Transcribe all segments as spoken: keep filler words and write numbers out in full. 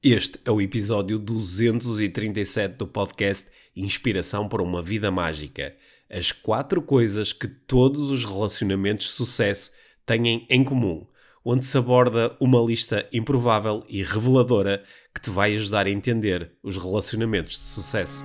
Este é o episódio duzentos e trinta e sete do podcast Inspiração para uma Vida Mágica. As quatro coisas que todos os relacionamentos de sucesso têm em comum, onde se aborda uma lista improvável e reveladora que te vai ajudar a entender os relacionamentos de sucesso.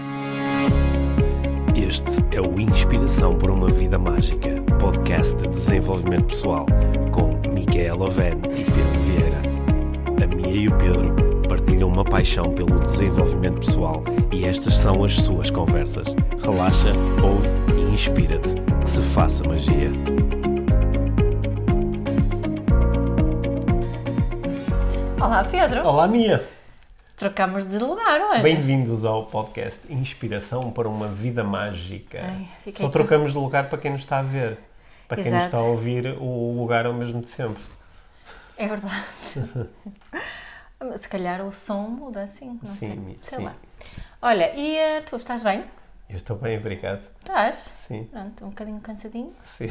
Este é o Inspiração para uma Vida Mágica, podcast de desenvolvimento pessoal, com Micaela Oven e Pedro Vieira. A Mia e o Pedro partilham uma paixão pelo desenvolvimento pessoal e estas são as suas conversas. Relaxa, ouve e inspira-te. Que se faça magia. Olá, Pedro. Olá, Mia. Trocamos de lugar hoje. Bem-vindos ao podcast Inspiração para uma Vida Mágica. Ai, Só com... trocamos de lugar para quem nos está a ver. Para quem Exato. nos está a ouvir, o lugar é o mesmo de sempre. É verdade. Se calhar o som muda assim, não sim, sei. sei sim. lá. Olha, e uh, tu estás bem? Eu estou bem, obrigado. Estás? Sim. Pronto, um bocadinho cansadinho. Sim.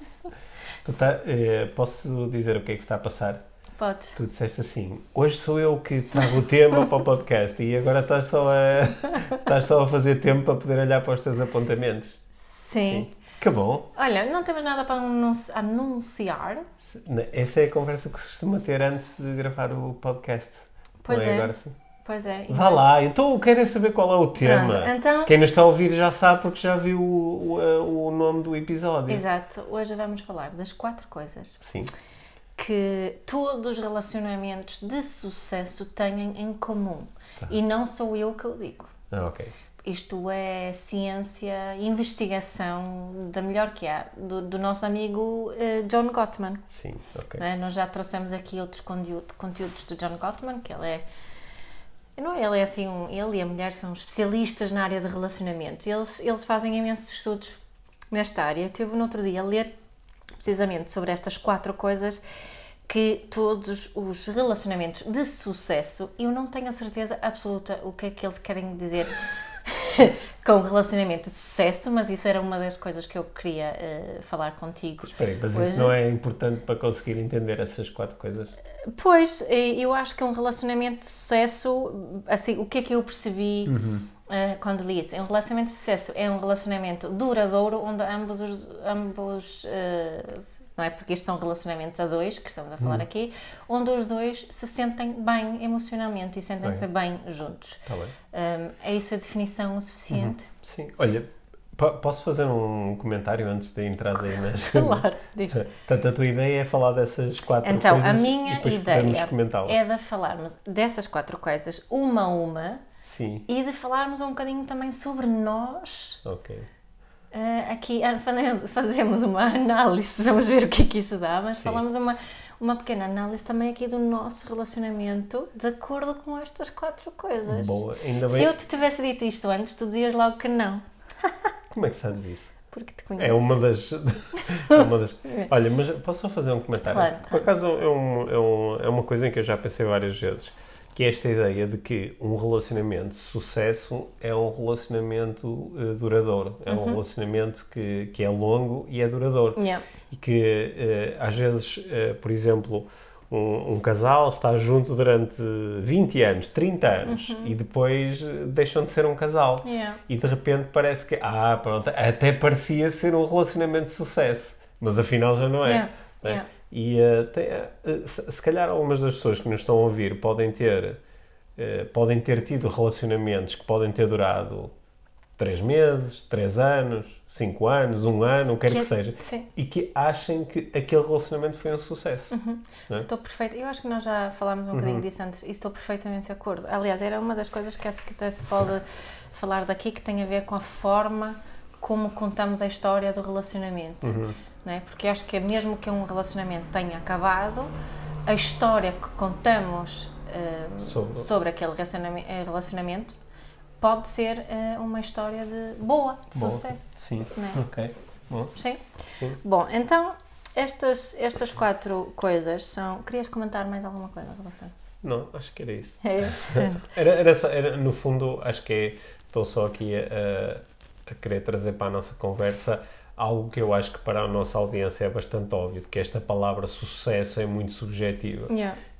tu tá, eh, posso dizer o que é que está a passar? Podes. Tu disseste assim, hoje sou eu que trago o tema para o podcast e agora estás só, a, estás só a fazer tempo para poder olhar para os teus apontamentos. Sim. Sim. Que bom. Olha, não temos nada para anunci- anunciar. Essa é a conversa que se costuma ter antes de gravar o podcast. Pois não é, é. agora sim? Pois é. Vá lá, então eu quero é saber qual é o tema. Pronto, então... Quem nos está a ouvir já sabe porque já viu o, o, o nome do episódio. Exato. Hoje vamos falar das quatro coisas Sim. que todos os relacionamentos de sucesso têm em comum. Tá. E não sou eu que o digo. Ah, ok. Isto é ciência, investigação da melhor que há, do, do nosso amigo uh, John Gottman. Sim, ok. É? Nós já trouxemos aqui outros conteúdo, conteúdos do John Gottman, que ele é... Não, ele é assim, um, ele e a mulher são especialistas na área de relacionamento. Eles, eles fazem imensos estudos nesta área. Eu estive no outro dia a ler precisamente sobre estas quatro coisas que todos os relacionamentos de sucesso, eu não tenho a certeza absoluta o que é que eles querem dizer com relacionamento de sucesso, mas isso era uma das coisas que eu queria uh, falar contigo. Espera aí, mas hoje. isso não é importante para conseguir entender essas quatro coisas? Pois, eu acho que é um relacionamento de sucesso, assim, o que é que eu percebi Uhum. uh, quando li isso? Um relacionamento de sucesso é um relacionamento duradouro, onde ambos os, ambos, uh, não é? Porque estes são relacionamentos a dois, que estamos a falar uhum. aqui, onde os dois se sentem bem emocionalmente e sentem-se bem. bem juntos. Tá bem. Um, é isso a definição o suficiente? Uhum. Sim, olha, p- posso fazer um comentário antes de entrar aí nas... Claro, digo. Portanto, a tua ideia é falar dessas quatro Então, coisas a e minha depois podemos ideia comentá-las. é de falarmos dessas quatro coisas, uma a uma, Sim, e de falarmos um bocadinho também sobre nós. ok. Uh, aqui uh, fazemos- fazemos uma análise, vamos ver o que é que isso dá, mas Sim. falamos uma, uma pequena análise também aqui do nosso relacionamento de acordo com estas quatro coisas. Boa, ainda bem. Se eu te tivesse dito isto antes, tu dizias logo que não, Como é que sabes isso? porque te conheço. É uma das... é uma das... Olha, mas posso só fazer um comentário? Claro, Por claro. acaso é, um, é, um, é uma coisa em que eu já pensei várias vezes, que é esta ideia de que um relacionamento de sucesso é um relacionamento uh, duradouro, é um relacionamento que, que é longo e é duradouro. Yeah. E que uh, às vezes, uh, por exemplo, um, um casal está junto durante vinte anos, trinta anos e depois uh, deixam de ser um casal. Yeah. E de repente parece que, ah, pronto, até parecia ser um relacionamento de sucesso, mas afinal já não é. Yeah. Né? Yeah. E uh, tem, uh, se, se calhar algumas das pessoas que nos estão a ouvir podem ter, uh, podem ter tido relacionamentos que podem ter durado três meses, três anos, cinco anos, um ano, o que quer que, Que- seja, sim. e que achem que aquele relacionamento foi um sucesso. Não é? Estou perfeita. Eu acho que nós já falámos um Uhum. bocadinho disso antes e estou perfeitamente de acordo. Aliás, era uma das coisas que acho que até se pode falar daqui, que tem a ver com a forma como contamos a história do relacionamento. Uhum. Não é? Porque acho que mesmo que um relacionamento tenha acabado, a história que contamos eh, Sobre. sobre aquele relacionamento, relacionamento pode ser eh, uma história de boa, de Bom, sucesso. sim, Não é? ok. Bom, Sim? sim. Bom, então, estas, estas quatro coisas são... Querias comentar mais alguma coisa em relação? Não, acho que era isso. É. Era, era, só- era, no fundo, acho que é, estou só aqui a, a querer trazer para a nossa conversa algo que eu acho que para a nossa audiência é bastante óbvio, que esta palavra sucesso é muito subjetiva. Yeah.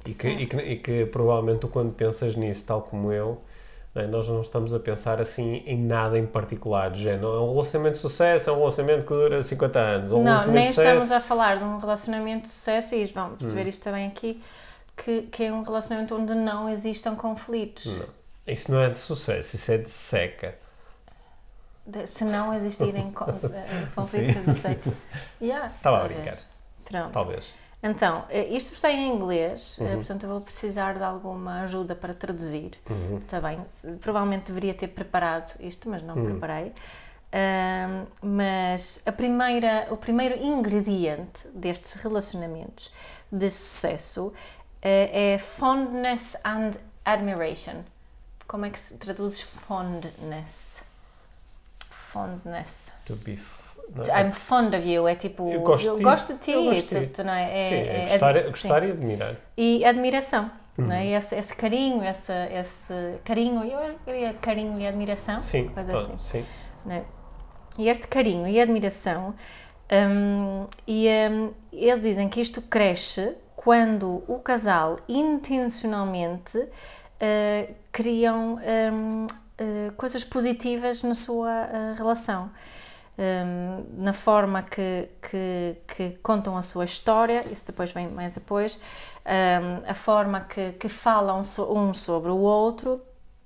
E que, e, que, e que provavelmente tu, quando pensas nisso, tal como eu, não é? Nós não estamos a pensar assim em nada em particular, de género, é um relacionamento de sucesso, é um relacionamento que dura cinquenta anos, ou um Não, nem de estamos sucesso... a falar de um relacionamento de sucesso, e vamos perceber hum. isto também aqui, que, que é um relacionamento onde não existam conflitos. Não. Isso não é de sucesso, isso é de seca. De, se não existirem conflitos, é de seca. Yeah, Estava a brincar. Pronto. Talvez. Então, isto está em inglês, uhum. portanto eu vou precisar de alguma ajuda para traduzir. Uhum. Está bem? Provavelmente deveria ter preparado isto, mas não uhum. preparei. Uh, mas a primeira, o primeiro ingrediente destes relacionamentos de sucesso uh, é fondness and admiration. Como é que se traduz fondness? Fondness. To be Não, I'm fond of you, é tipo, eu gosto, eu de, gosto de ti, eu gosto de tu, tu, não é? É, sim, é, é gostar, ad, gostar sim. e admirar. E admiração, uhum. não é? Esse, esse carinho, esse, esse carinho, eu queria carinho e admiração, sim, coisa assim. sim. Não é? E este carinho e admiração, um, e um, eles dizem que isto cresce quando o casal intencionalmente uh, criam um, uh, coisas positivas na sua uh, relação. Um, na forma que, que, que contam a sua história, isso depois vem mais depois, um, a forma que, que falam so, um sobre o outro,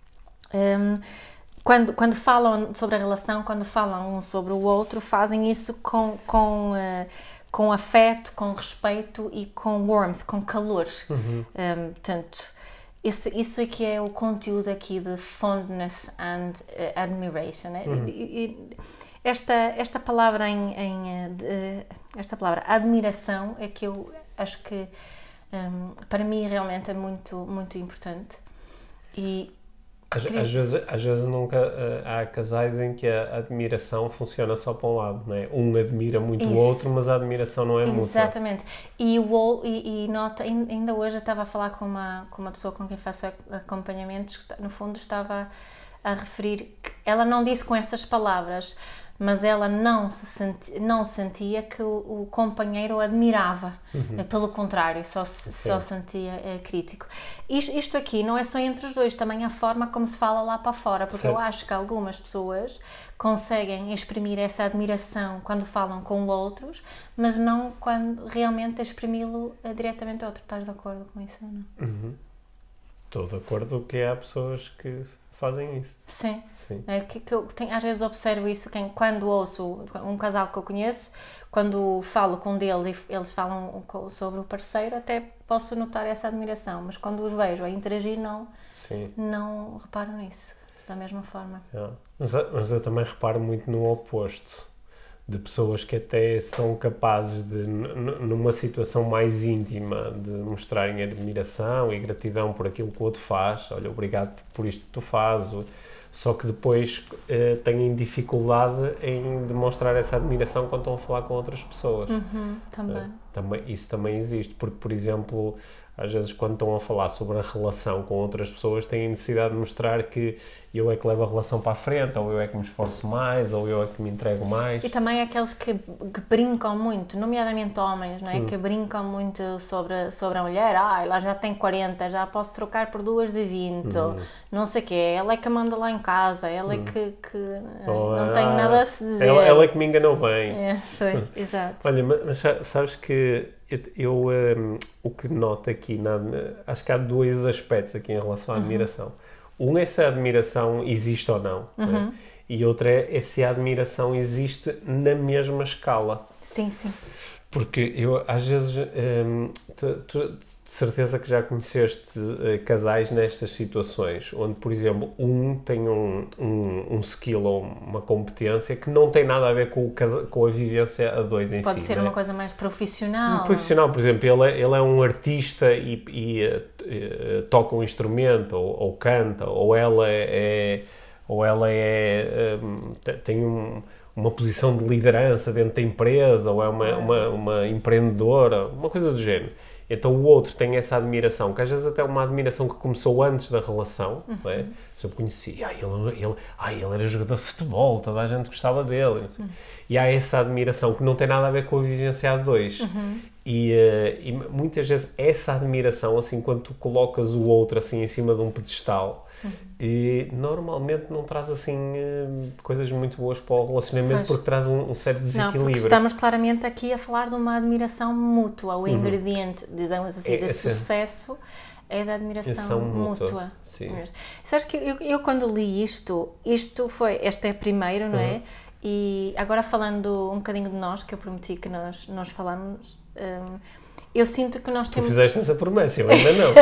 um, quando, quando falam sobre a relação, quando falam um sobre o outro, fazem isso com, com, uh, com afeto, com respeito e com warmth, com calor. Uhum. Um, portanto, isso, isso aqui é o conteúdo aqui de fondness and uh, admiration. Uhum. E, e, Esta, esta palavra em, em de, esta palavra admiração é que eu acho que um, para mim realmente é muito, muito importante. E às, queria... às, vezes, às vezes nunca uh, há casais em que a admiração funciona só para um lado, não é? Um admira muito Isso. o outro, mas a admiração não é mútua. Exatamente. E, o, e, e nota, ainda hoje eu estava a falar com uma, com uma pessoa com quem faço acompanhamentos, que no fundo estava a referir, que ela não disse com essas palavras, mas ela não, se senti, não sentia que o, o companheiro o admirava, uhum. pelo contrário, só, só sentia é, crítico. Isto, isto aqui não é só entre os dois, também a forma como se fala lá para fora, porque certo. Eu acho que algumas pessoas conseguem exprimir essa admiração quando falam com outros, mas não quando realmente exprimi-lo diretamente ao outro. Estás de acordo com isso ou não? Uhum. Estou de acordo que há pessoas que fazem isso. Sim. Sim. É, que, que eu tenho, às vezes observo isso quem, quando ouço um casal que eu conheço, quando falo com um deles e eles falam sobre o parceiro, até posso notar essa admiração, mas quando os vejo a interagir não, Sim. não reparo nisso da mesma forma. É. Mas, mas eu também reparo muito no oposto, de pessoas que até são capazes de, numa situação mais íntima, de mostrarem admiração e gratidão por aquilo que o outro faz. Olha, obrigado por isto que tu fazes. Só que depois uh, têm dificuldade em demonstrar essa admiração quando estão a falar com outras pessoas. Uhum, também. Uh, também. Isso também existe, porque, por exemplo, às vezes quando estão a falar sobre a relação com outras pessoas, têm necessidade de mostrar que eu é que levo a relação para a frente, ou eu é que me esforço mais, ou eu é que me entrego mais. E também aqueles que, que brincam muito, nomeadamente homens, não é? Hum. Que brincam muito sobre, sobre a mulher. Ah, ela já tem quarenta, já posso trocar por duas de vinte, hum. ou não sei o quê. Ela é que manda lá em casa, ela hum. é que, que oh, não ah, tem nada a se dizer. Ela, ela é que me enganou bem. É, pois, exato. Olha, mas sabes que eu, eu um, o que noto aqui, na, acho que há dois aspectos aqui em relação à admiração. Uhum. Um é se a admiração existe ou não, uhum. né? E outro é, é se a admiração existe na mesma escala. Sim, sim. Porque eu, às vezes, hum, tu, tu, de certeza que já conheceste uh, casais nestas situações, onde, por exemplo, um tem um, um, um skill ou uma competência que não tem nada a ver com, o casa, com a vivência a dois em si. Pode ser né? uma coisa mais profissional. Um profissional, por exemplo, ele é, ele é um artista e, e uh, uh, toca um instrumento, ou, ou canta, ou ela é, ou ela é um, tem um... uma posição de liderança dentro da empresa, ou é uma, uma, uma empreendedora, uma coisa do género. Então o outro tem essa admiração, que às vezes até é uma admiração que começou antes da relação, uhum. não é? eu conheci, ah, ele, ele, ah, ele era jogador de futebol, toda a gente gostava dele. Uhum. E há essa admiração que não tem nada a ver com a vivência a dois. Uhum. E, uh, e muitas vezes essa admiração, assim, quando tu colocas o outro assim em cima de um pedestal, uhum. e normalmente não traz assim uh, coisas muito boas para o relacionamento, pois. Porque traz um, um certo desequilíbrio. Não, porque estamos claramente aqui a falar de uma admiração mútua. O uhum. ingrediente, dizemos assim, é, de essa... sucesso é da admiração mútua. mútua. Sim. Sabes que eu, eu quando li isto, isto foi, este é primeiro, não é? Uhum. E agora falando um bocadinho de nós, que eu prometi que nós, nós falamos, um, eu sinto que nós tu temos... Tu fizeste essa promessa, eu ainda não.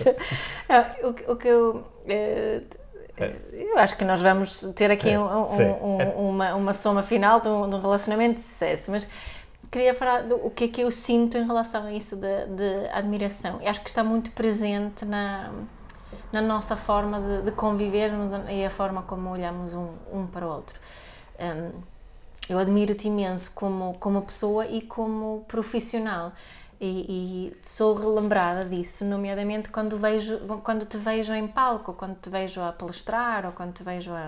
não o, o que eu... Uh, eu acho que nós vamos ter aqui é, um, um, um, uma, uma soma final de um, de um relacionamento de sucesso, mas queria falar do o que é que eu sinto em relação a isso de, de admiração. Eu acho que está muito presente na, na nossa forma de, de convivermos e a forma como olhamos um, um para o outro. Um, eu admiro-te imenso como, como pessoa e como profissional e, e sou relembrada disso, nomeadamente quando, vejo, quando te vejo em palco, quando te vejo a palestrar ou quando te vejo a,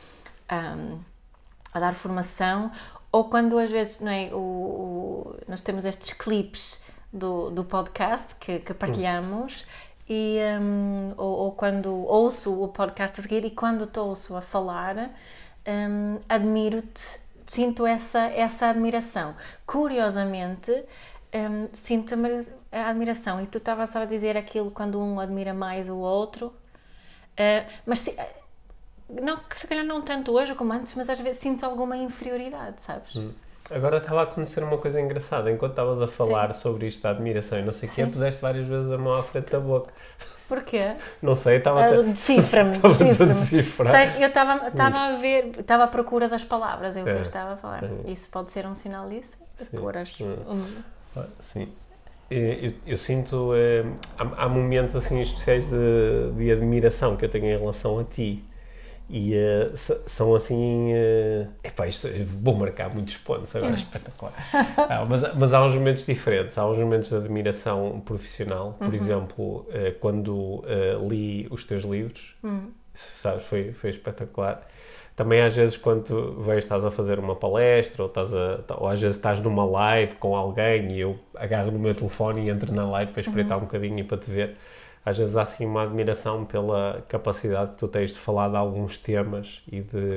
a, a dar formação, ou quando às vezes, não é, o, o, nós temos estes clipes do, do podcast que, que partilhamos e, um, ou, ou quando ouço o podcast a seguir e quando te ouço a falar, Um, admiro-te, sinto essa, essa admiração. Curiosamente, um, sinto a admiração, e tu estavas a dizer aquilo quando um admira mais o outro, uh, mas se, não, se calhar não tanto hoje como antes, mas às vezes sinto alguma inferioridade, sabes? Hum. Agora estava a acontecer uma coisa engraçada, enquanto estavas a falar Sim. sobre isto da admiração e não sei o quê, puseste várias vezes a mão à frente da boca. Porquê? Não sei, estava a... Uh, decifra-me, decifra-me. Sei, eu estava, estava a ver, estava à procura das palavras, é o que é. eu estava a falar. É. Isso pode ser um sinal disso? Pôr as... um... Sim. Eu, eu sinto... É, há, há momentos assim especiais de, de admiração que eu tenho em relação a ti. E uh, são assim... Uh, epá, isto, vou marcar muitos pontos agora, é espetacular. Ah, mas, mas há uns momentos diferentes. Há uns momentos de admiração profissional. Por uhum. exemplo, uh, quando uh, li os teus livros, uhum. sabes, foi, foi espetacular. Também às vezes quando tu vês, estás a fazer uma palestra ou, estás a, ou às vezes estás numa live com alguém e eu agarro no meu telefone e entro na live para espreitar uhum. um bocadinho e para te ver. Às vezes há assim uma admiração pela capacidade que tu tens de falar de alguns temas e de,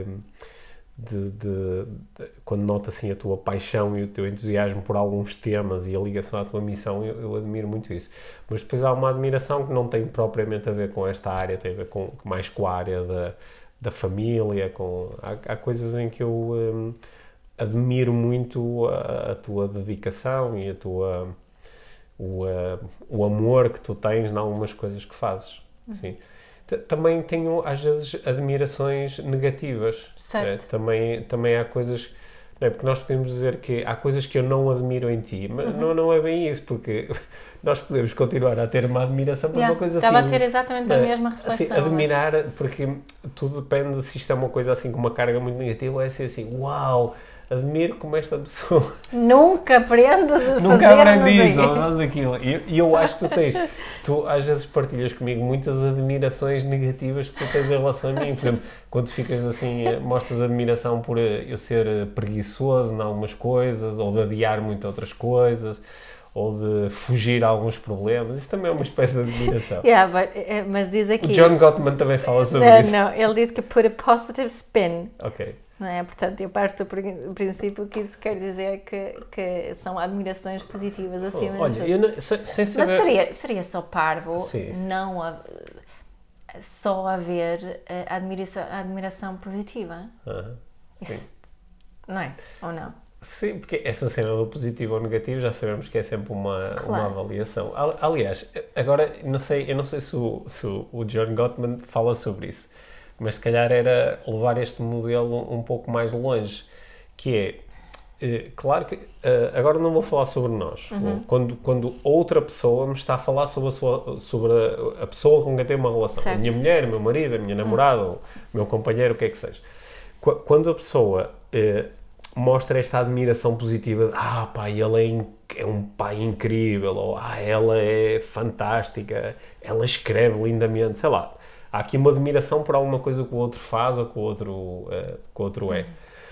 de, de, de quando noto assim a tua paixão e o teu entusiasmo por alguns temas e a ligação à tua missão, eu, eu admiro muito isso. Mas depois há uma admiração que não tem propriamente a ver com esta área, tem a ver com, mais com a área da, da família, com, há, há coisas em que eu hum, admiro muito a, a tua dedicação e a tua... O, uh, o amor que tu tens em algumas coisas que fazes. Uhum. Sim. T- também tenho, às vezes, admirações negativas. Certo. É? Também, também há coisas... Não é? Porque nós podemos dizer que há coisas que eu não admiro em ti, mas uhum. não, não é bem isso, porque nós podemos continuar a ter uma admiração por yeah. uma coisa Estava assim... Estava a ter exatamente a mesma reflexão. Assim, admirar, é? Porque tudo depende se isto é uma coisa assim com uma carga muito negativa ou é assim, assim, uau... Admiro como esta pessoa... Nunca aprendo de fazer... Nunca aprendi não faz aquilo. E eu, eu acho que tu tens... Tu às vezes partilhas comigo muitas admirações negativas que tu tens em relação a mim. Por exemplo, quando ficas assim, mostras admiração por eu ser preguiçoso em algumas coisas, ou de adiar muito outras coisas, ou de fugir a alguns problemas. Isso também é uma espécie de admiração. Yeah, but, mas diz aqui... O John Gottman também fala sobre não, isso. Não, ele diz que put a positive spin. Ok. Não é? Portanto, eu parto do princípio que isso quer dizer que, que são admirações positivas acima oh, olha, de tudo. Eu não, sem, sem saber... Mas seria, seria só parvo Sim. não a, só haver a admiração, a admiração positiva. Uh-huh. Isso, não é? Ou não? Sim, porque essa cena do positivo ou negativo já sabemos que é sempre uma, claro. uma avaliação. Aliás, agora não sei, eu não sei se o, se o John Gottman fala sobre isso, mas se calhar era levar este modelo um pouco mais longe, que é, eh, claro que, eh, agora não vou falar sobre nós, uhum. quando, quando outra pessoa me está a falar sobre a, sua, sobre a, a pessoa com quem tem uma relação, certo. A minha mulher, o meu marido, a minha namorada, uhum. o meu companheiro, o que é que seja. Quando a pessoa eh, mostra esta admiração positiva de, ah pá, ele é, in, é um pai incrível, ou ah, ela é fantástica, ela escreve lindamente, sei lá, há aqui uma admiração por alguma coisa que o outro faz ou que o outro, uh, que o outro é.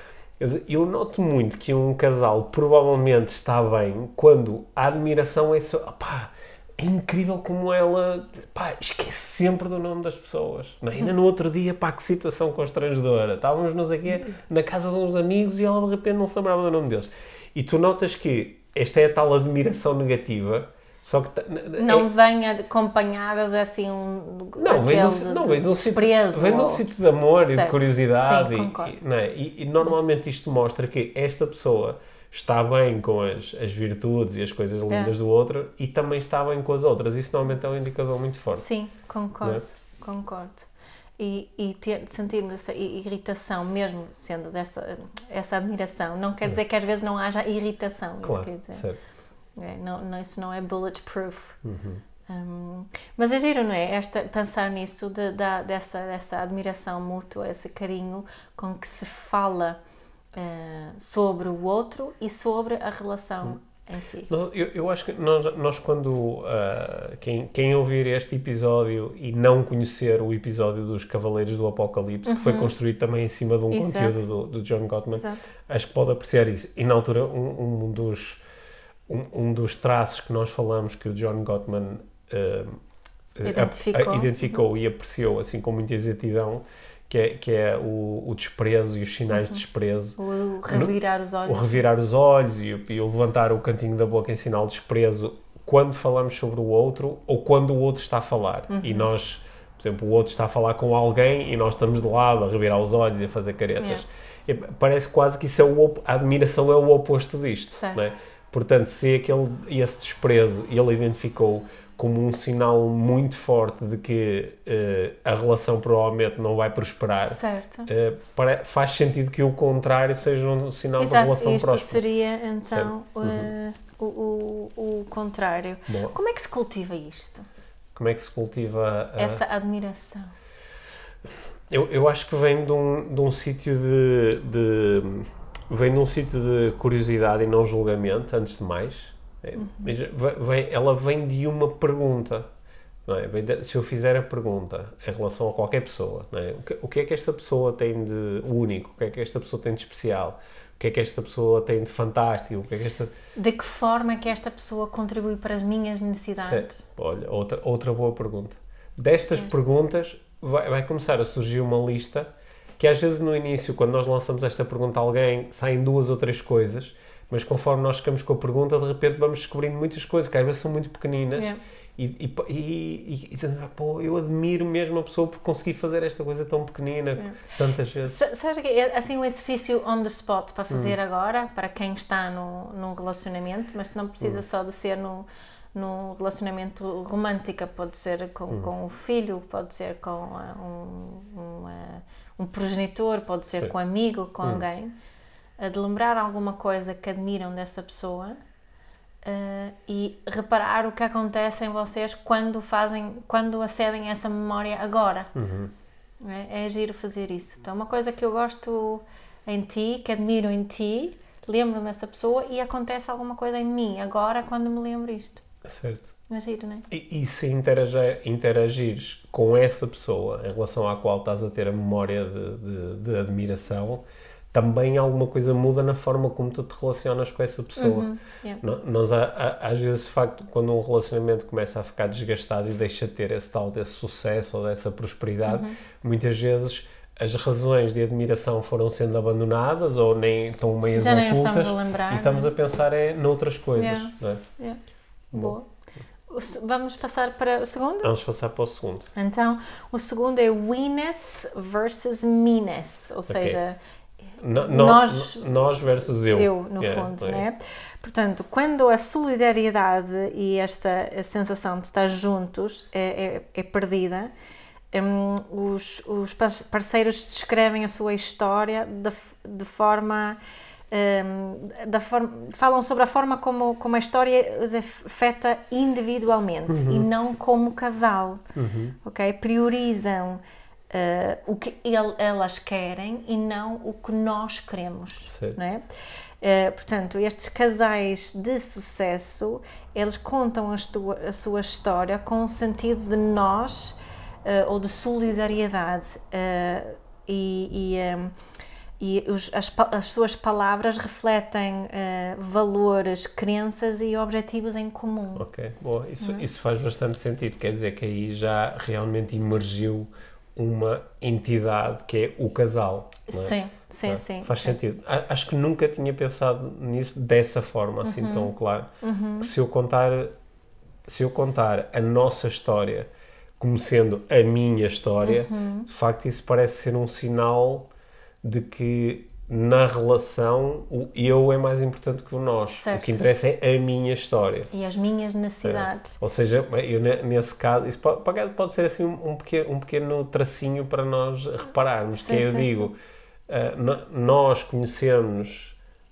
Eu noto muito que um casal provavelmente está bem quando a admiração é só... Pá, é incrível como ela... Pá, esquece sempre do nome das pessoas. Não é? Ainda no outro dia, pá, que situação constrangedora. Estávamos, não sei o quê, na casa de uns amigos e ela de repente não se lembrava do nome deles. E tu notas que esta é a tal admiração negativa, só que... Não é, vem acompanhada de assim um... Não, vem de, de, não, vem de um sítio, vem de um sítio de amor, certo, e de curiosidade. Sim, e, e, não é? e, e normalmente isto mostra que esta pessoa está bem com as, as virtudes e as coisas lindas é. do outro e também está bem com as outras. Isso normalmente é um indicador muito forte. Sim, concordo, é? concordo. E, e ter, sentirmos essa irritação, mesmo sendo dessa essa admiração, não quer dizer é. que às vezes não haja irritação. Claro, isso quer dizer. Certo. É, não, não, isso não é bulletproof. Uhum. Um, mas é giro, não é? Esta, pensar nisso, de, de, dessa, dessa admiração mútua, esse carinho com que se fala uh, sobre o outro e sobre a relação uhum. em si. Nós, eu, eu acho que nós, nós quando, uh, quem, quem ouvir este episódio e não conhecer o episódio dos Cavaleiros do Apocalipse, uhum. que foi construído também em cima de um Exato. conteúdo do, do John Gottman, Exato. acho que pode apreciar isso. E na altura, um, um dos... Um, um dos traços que nós falamos que o John Gottman uh, identificou, a, a, identificou uhum. e apreciou assim com muita exatidão, que é, que é o, o desprezo e os sinais uhum. de desprezo. O revirar os olhos. O revirar os olhos e o, e o levantar o cantinho da boca em sinal de desprezo quando falamos sobre o outro ou quando o outro está a falar. Uhum. E nós, por exemplo, o outro está a falar com alguém e nós estamos de lado a revirar os olhos e a fazer caretas. Yeah. Parece quase que isso é o, a admiração é o oposto disto, certo. não é? Portanto, se aquele, esse desprezo ele identificou como um sinal muito forte de que uh, a relação provavelmente não vai prosperar, certo. Uh, para, faz sentido que o contrário seja um sinal Exato, da relação isto próspera. Seria então uh, uhum. o, o, o contrário. Bom. Como é que se cultiva isto? Como é que se cultiva uh, essa admiração? Eu, eu acho que vem de um, de um sítio de... de Vem num sítio de curiosidade e não julgamento, antes de mais. Uhum. Vem, ela vem de uma pergunta. Não é? Vem de, se eu fizer a pergunta em relação a qualquer pessoa, não é? o, que, o que é que esta pessoa tem de único? O que é que esta pessoa tem de especial? O que é que esta pessoa tem de fantástico? O que é que esta... De que forma é que esta pessoa contribui para as minhas necessidades? Certo. Olha, outra, outra boa pergunta. Destas é. perguntas vai, vai começar a surgir uma lista que às vezes no início, quando nós lançamos esta pergunta a alguém, saem duas ou três coisas, mas conforme nós ficamos com a pergunta, de repente vamos descobrindo muitas coisas, que às vezes são muito pequeninas, yeah. e, e, e, e dizendo, ah, pô, eu admiro mesmo a pessoa por conseguir fazer esta coisa tão pequenina, yeah. tantas vezes. Sabes que é assim um exercício on the spot para fazer hum. agora, para quem está no, num relacionamento, mas não precisa hum. só de ser no, num relacionamento romântico, pode ser com, hum. com o filho, pode ser com uh, um... um uh, um progenitor, pode ser Sim. com um amigo, com hum. alguém, uh, de lembrar alguma coisa que admiram dessa pessoa uh, e reparar o que acontece em vocês quando fazem, quando acedem a essa memória agora. Uhum. É, é giro fazer isso. Então, uma coisa que eu gosto em ti, que admiro em ti, lembro-me dessa pessoa e acontece alguma coisa em mim agora quando me lembro isto. Certo. É giro, não é? E, e se interagir, interagires com essa pessoa em relação à qual estás a ter a memória de, de, de admiração, também alguma coisa muda na forma como tu te relacionas com essa pessoa. Uhum, yeah. Nós, a, a, às vezes, de facto, quando um relacionamento começa a ficar desgastado e deixa de ter esse tal desse sucesso ou dessa prosperidade, uhum. muitas vezes as razões de admiração foram sendo abandonadas ou nem estão meio Já ocultas. Nem estamos a lembrar, e estamos não? a pensar é, noutras coisas. Yeah. Não é? Yeah. Boa. Vamos passar para o segundo? Vamos passar para o segundo. Então, o segundo é we-ness versus me-ness, ou okay. seja, no, no, nós, nós versus eu. Eu, no yeah, fundo, yeah. né? Portanto, quando a solidariedade e esta a sensação de estar juntos é, é, é perdida, um, os, os parceiros descrevem a sua história de, de forma... Um, da forma, falam sobre a forma como, como a história os afeta individualmente uhum. e não como casal, uhum. ok? Priorizam uh, o que ele, elas querem e não o que nós queremos, não é? Uh, portanto, estes casais de sucesso, eles contam a, tua, a sua história com o sentido de nós ou de solidariedade uh, e, e, um, e os, as, as suas palavras refletem uh, valores, crenças e objetivos em comum. Ok, boa. Isso, hum. isso faz bastante sentido. Quer dizer que aí já realmente emergiu uma entidade que é o casal. Não é? Sim, sim, não, sim. Faz sim. sentido. Acho que nunca tinha pensado nisso dessa forma, assim uhum. tão claro. Uhum. Que se eu contar, se eu contar a nossa história como sendo a minha história, uhum. de facto isso parece ser um sinal de que na relação o eu é mais importante que o nós. Certo. O que interessa é a minha história. E as minhas necessidades. É. Ou seja, eu, nesse caso, isso pode, pode ser assim um, um, pequeno, um pequeno tracinho para nós repararmos, sim, que eu sim, digo, uh, nós conhecemos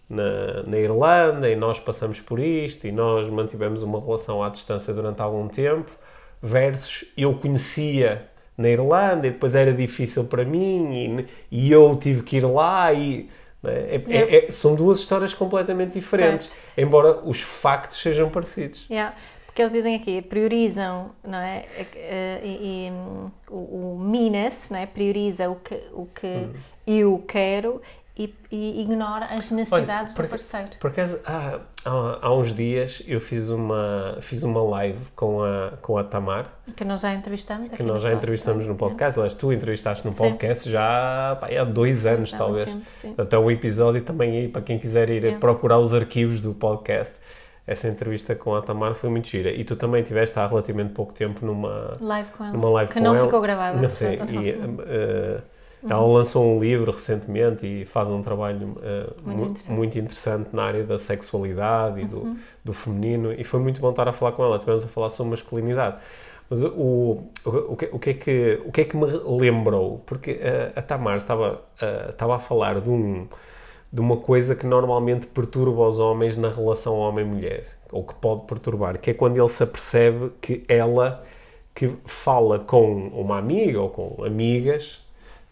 na, na Irlanda e nós passamos por isto e nós mantivemos uma relação à distância durante algum tempo, versus eu conhecia na Irlanda e depois era difícil para mim e, e eu tive que ir lá e... É, yeah. é, é, são duas histórias completamente diferentes, certo. Embora os factos sejam parecidos. Yeah. Porque eles dizem aqui, priorizam, não é? E, e, o, o meanness, não é? Prioriza o que, o que hum. eu quero e, e ignora as necessidades Olha, por, do parceiro. Por acaso, há, há, há uns dias eu fiz uma, fiz uma live com a, com a Tamar. Que nós já entrevistamos aqui Que nós no já podcast, entrevistamos no podcast. Aliás, tu entrevistaste no sim. podcast já pá, há dois anos, há talvez. Tempo, sim. Até o episódio também aí, para quem quiser ir yeah. procurar os arquivos do podcast. Essa entrevista com a Tamar foi muito gira. E tu também estiveste há relativamente pouco tempo numa live com ela. Numa live que com não ela. ficou gravada. Não sei. E, uh, ela uhum. lançou um livro recentemente e faz um trabalho uh, muito, mu- interessante. muito interessante na área da sexualidade e uhum. do, do feminino, e foi muito bom estar a falar com ela. Estivemos a falar sobre masculinidade. Mas o, o, o, que, o, que, é que, o que é que me lembrou? Porque uh, a Tamar estava, uh, estava a falar de, um, de uma coisa que normalmente perturba os homens na relação homem-mulher, ou que pode perturbar, que é quando ele se apercebe que ela que fala com uma amiga ou com amigas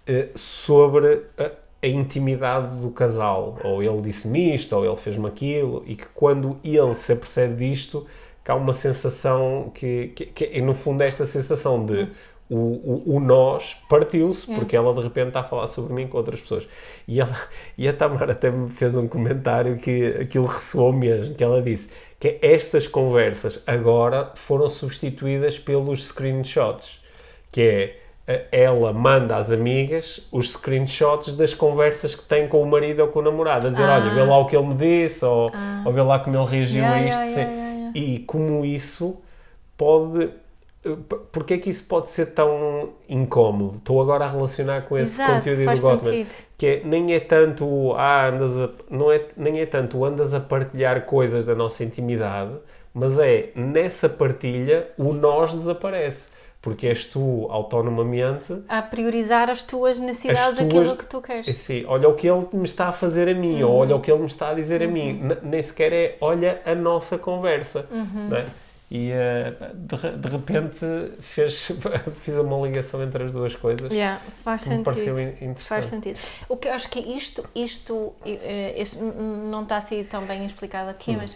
sobre a, a intimidade do casal, ou ele disse-me isto, ou ele fez-me aquilo, e que quando ele se apercebe disto, que há uma sensação que, que, que é no fundo esta sensação de o, o, o nós partiu-se, porque ela de repente está a falar sobre mim com outras pessoas. E, ela, e a Tamara até me fez um comentário que aquilo ressoou mesmo, que ela disse que estas conversas agora foram substituídas pelos screenshots, que é ela manda às amigas os screenshots das conversas que tem com o marido ou com o namorado, a dizer, ah. olha, vê lá o que ele me disse, ou, ah. ou vê lá como ele reagiu yeah, a isto. Yeah, yeah, yeah, yeah. E como isso pode... Porque é que isso pode ser tão incómodo? Estou agora a relacionar com esse Exato, conteúdo faz do Gottman. sentido. Que é, nem é tanto, ah, andas a, não é, nem é tanto andas a partilhar coisas da nossa intimidade, mas é, nessa partilha, o nós desaparece. Porque és tu, autonomamente... A priorizar as tuas necessidades, as tuas, aquilo que tu queres. Assim, olha o que ele me está a fazer a mim, uhum. ou olha o que ele me está a dizer uhum. a mim. N- nem sequer é, olha a nossa conversa. Uhum. Não é? E uh, de, de repente fez, fiz uma ligação entre as duas coisas. Yeah, faz que me sentido. pareceu interessante. Faz sentido. O que eu acho que isto, isto, isto não está assim tão bem explicado aqui, hum. mas...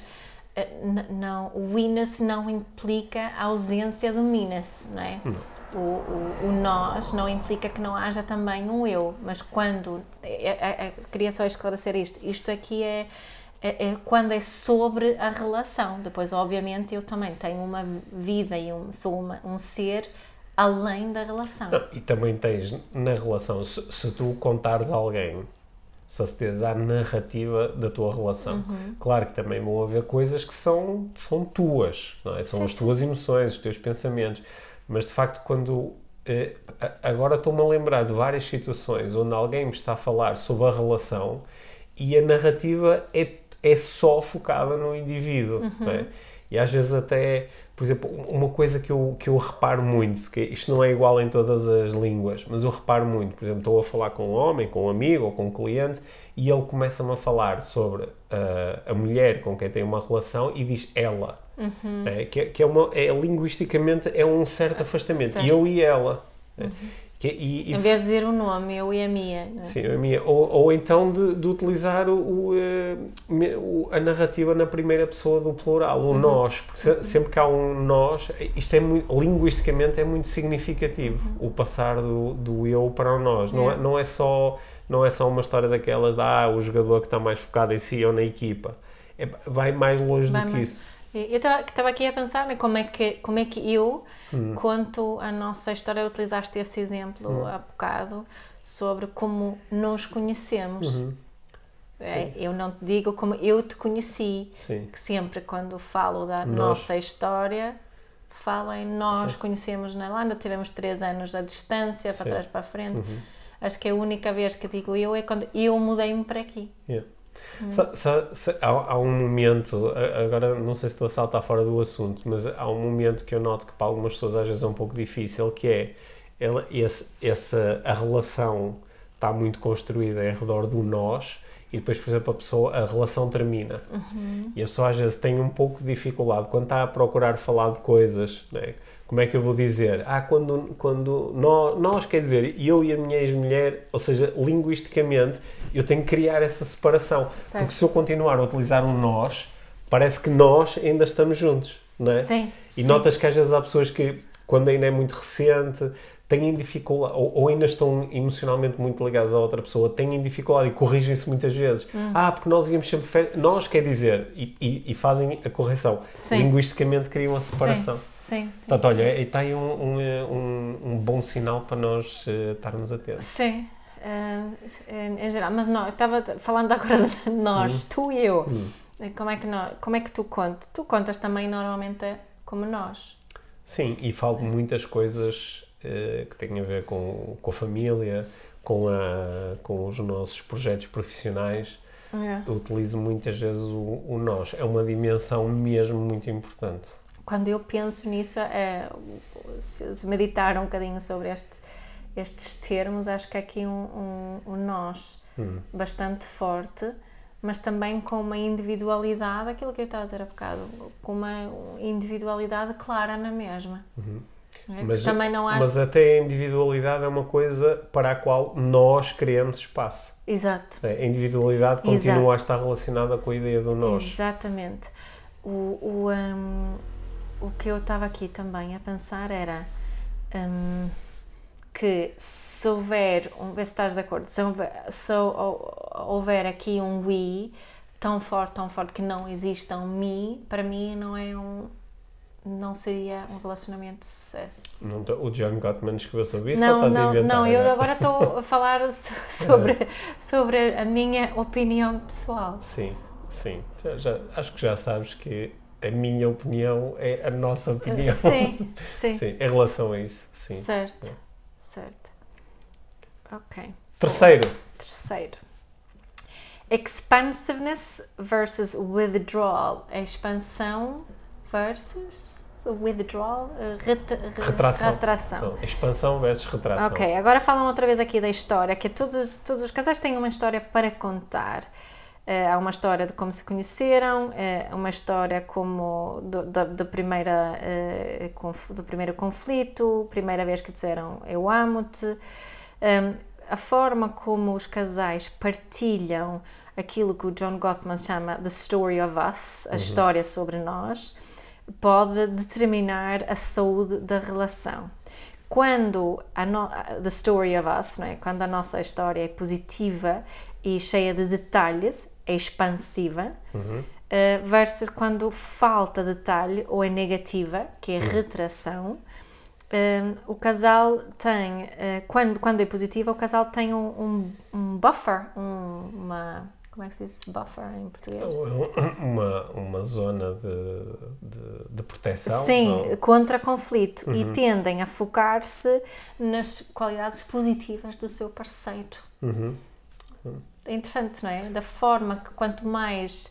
Não, o we-ness não implica a ausência do me-ness, não é? Não. O, o, o nós não implica que não haja também um eu, mas quando, é, é, é, queria só esclarecer isto, isto aqui é, é, é quando é sobre a relação, depois obviamente eu também tenho uma vida e um, sou uma, um ser além da relação. Não, e também tens na relação, se, se tu contares a alguém, se acederes à narrativa da tua relação. Uhum. Claro que também vão haver coisas que são, são tuas, não é? São sim, as tuas sim. emoções, os teus pensamentos, mas de facto quando... Eh, agora estou-me a lembrar de várias situações onde alguém me está a falar sobre a relação e a narrativa é, é só focada no indivíduo, uhum. não é? E às vezes até, por exemplo, uma coisa que eu, que eu reparo muito, que isto não é igual em todas as línguas, mas eu reparo muito, por exemplo, estou a falar com um homem, com um amigo ou com um cliente e ele começa-me a falar sobre uh, a mulher com quem tem uma relação e diz ela, uhum. é, que, que é, uma, é linguisticamente é um certo afastamento, certo. Eu e ela, uhum. é, Que, e, e em vez de dizer o nome, eu e a minha. Não é? Sim, a minha. Ou, ou então de, de utilizar o, o, a narrativa na primeira pessoa do plural, o uhum. nós. Porque se, sempre que há um nós, isto é muito, linguisticamente é muito significativo, uhum. o passar do, do eu para o nós. É. Não, é, não, é só, não é só uma história daquelas de ah, o jogador que está mais focado em si ou na equipa. É, vai mais longe vai do mais... que isso. Eu estava aqui a pensar né, como, é que, como é que eu hum. conto a nossa história. Utilizaste esse exemplo hum. há bocado sobre como nos conhecemos. Uhum. É, eu não te digo como eu te conheci. Sim. Que sempre quando falo da nós. nossa história, falo em nós Sim. conhecemos na Irlanda, tivemos três anos à distância, para Sim. trás para a frente. Uhum. Acho que a única vez que digo eu é quando eu mudei-me para aqui. Yeah. Hum. Sa, sa, sa, há, há um momento, agora não sei se estou a saltar fora do assunto, mas há um momento que eu noto que para algumas pessoas às vezes é um pouco difícil, que é ela, esse, essa, a relação está muito construída em redor do nós e depois, por exemplo, a pessoa, a relação termina. Uhum. E a pessoa às vezes tem um pouco de dificuldade quando está a procurar falar de coisas, né? Como é que eu vou dizer? Ah, quando, quando nós, nós, quer dizer, eu e a minha ex-mulher, ou seja, linguisticamente, eu tenho que criar essa separação. Certo. Porque se eu continuar a utilizar um nós, parece que nós ainda estamos juntos, não é? Sim. E Sim. notas que às vezes há pessoas que, quando ainda é muito recente, têm dificuldade, ou, ou ainda estão emocionalmente muito ligados à outra pessoa, têm dificuldade e corrigem-se muitas vezes. Hum. Ah, porque nós íamos sempre... Fer... Nós, quer dizer, e, e, e fazem a correção. Sim. Linguisticamente criam a separação. Sim. Sim, sim, Portanto, olha, sim. está aí um, um, um, um bom sinal para nós uh, estarmos atentos. Sim, uh, em, em geral. Mas não, eu estava falando agora de nós, hum. tu e eu. Hum. Como, é que nós, como é que tu contas? Tu contas também normalmente como nós. Sim, e falo de muitas coisas uh, que têm a ver com, com a família, com, a, com os nossos projetos profissionais. É. Eu utilizo muitas vezes o, o nós. É uma dimensão mesmo muito importante. Quando eu penso nisso, é, se meditar um bocadinho sobre este, estes termos, acho que há aqui um, um, um nós hum. bastante forte, mas também com uma individualidade, aquilo que eu estava a dizer há bocado, com uma individualidade clara na mesma. Uhum. É? Mas, também não acho... mas até a individualidade é uma coisa para a qual nós criamos espaço. Exato. A individualidade continua Exato. a estar relacionada com a ideia do nós. Exatamente. O... o um... O que eu estava aqui também a pensar era um, que se houver, um, vê se estás de acordo, se houver, se houver aqui um we tão forte, tão forte que não exista um me, para mim não é um, não seria um relacionamento de sucesso. Não, o John Gottman escreveu sobre isso não, ou estás não, a inventar? Não, eu agora estou a falar sobre, sobre a minha opinião pessoal. Sim, sim, já, já, acho que já sabes que a minha opinião é a nossa opinião. Sim, sim. Sim, em relação a isso, sim. Certo, é. certo. Ok. Terceiro. Terceiro. Expansiveness versus withdrawal. A expansão versus withdrawal. Ret, retração. retração. Então, expansão versus retração. Ok, agora falam outra vez aqui da história, que todos, todos os casais têm uma história para contar. Uh, há uma história de como se conheceram, uh, uma história como do, da, da primeira, uh, conf, do primeiro conflito, primeira vez que disseram eu amo-te, um, a forma como os casais partilham aquilo que o John Gottman chama The Story of Us, a uhum. história sobre nós, pode determinar a saúde da relação. Quando a no, The Story of Us, não é? Quando a nossa história é positiva e cheia de detalhes, é expansiva, uhum. uh, versus quando falta detalhe ou é negativa, que é retração, um, o casal tem, uh, quando, quando é positiva, o casal tem um, um, um buffer, um, uma, como é que se diz buffer em português? Uma, uma zona de, de, de proteção. Sim, não? contra conflito, uhum. e tendem a focar-se nas qualidades positivas do seu parceiro. Uhum. Uhum. É interessante, não é? Da forma que quanto mais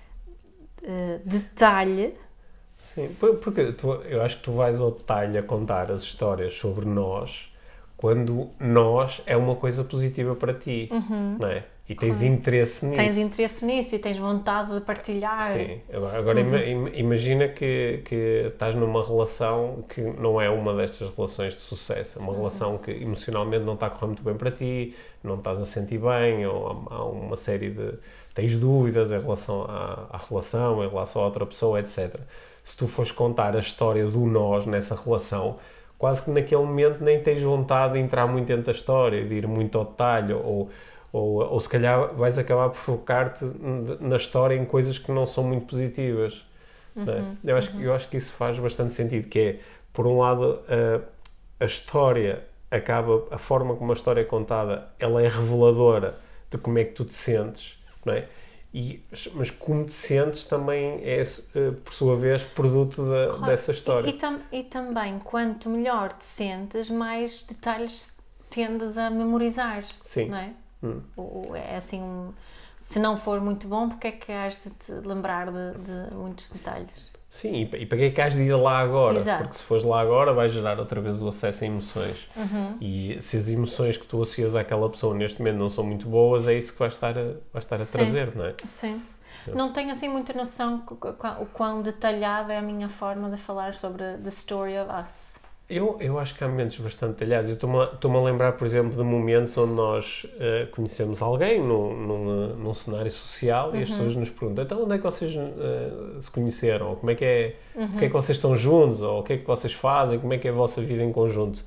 uh, detalhe... Sim, porque tu, eu acho que tu vais ao detalhe a contar as histórias sobre nós quando nós é uma coisa positiva para ti, uhum. não é? E tens claro. interesse nisso. Tens interesse nisso e tens vontade de partilhar. Sim. Agora, agora uhum. imagina que, que estás numa relação que não é uma destas relações de sucesso. É uma uhum. relação que emocionalmente não está a correr muito bem para ti, não estás a sentir bem, ou há, há uma série de... Tens dúvidas em relação à, à relação, em relação a outra pessoa, etcétera. Se tu fores contar a história do nós nessa relação, quase que naquele momento nem tens vontade de entrar muito dentro da história, de ir muito ao detalhe, ou... Ou, ou se calhar vais acabar por focar-te na história em coisas que não são muito positivas. Uhum, não é? eu, acho, uhum. eu acho que isso faz bastante sentido, que é, por um lado, a, a história acaba, a forma como a história é contada, ela é reveladora de como é que tu te sentes, não é? E, mas como te sentes também é, por sua vez, produto da, claro. dessa história. E, e, tam, e também, quanto melhor te sentes, mais detalhes tendes a memorizar, Sim. não é? Hum. Ou é assim, um, se não for muito bom, porque é que has de te lembrar de, de muitos detalhes? Sim, e, e para que é que has de ir lá agora? Exato. Porque se fores lá agora vai gerar outra vez o acesso a emoções. Uhum. E se as emoções que tu associas àquela pessoa neste momento não são muito boas, é isso que vai estar a, vai estar a trazer, não é? Sim. É. Não tenho assim muita noção o quão detalhada é a minha forma de falar sobre The Story of Us. Eu, eu acho que há momentos bastante detalhados. Eu estou-me a, estou-me a lembrar, por exemplo, de momentos onde nós uh, conhecemos alguém num, num, num cenário social uhum. e as pessoas nos perguntam, então onde é que vocês uh, se conheceram? Ou como é que é, uhum. porque é que vocês estão juntos? Ou o que é que vocês fazem? Como é que é a vossa vida em conjunto?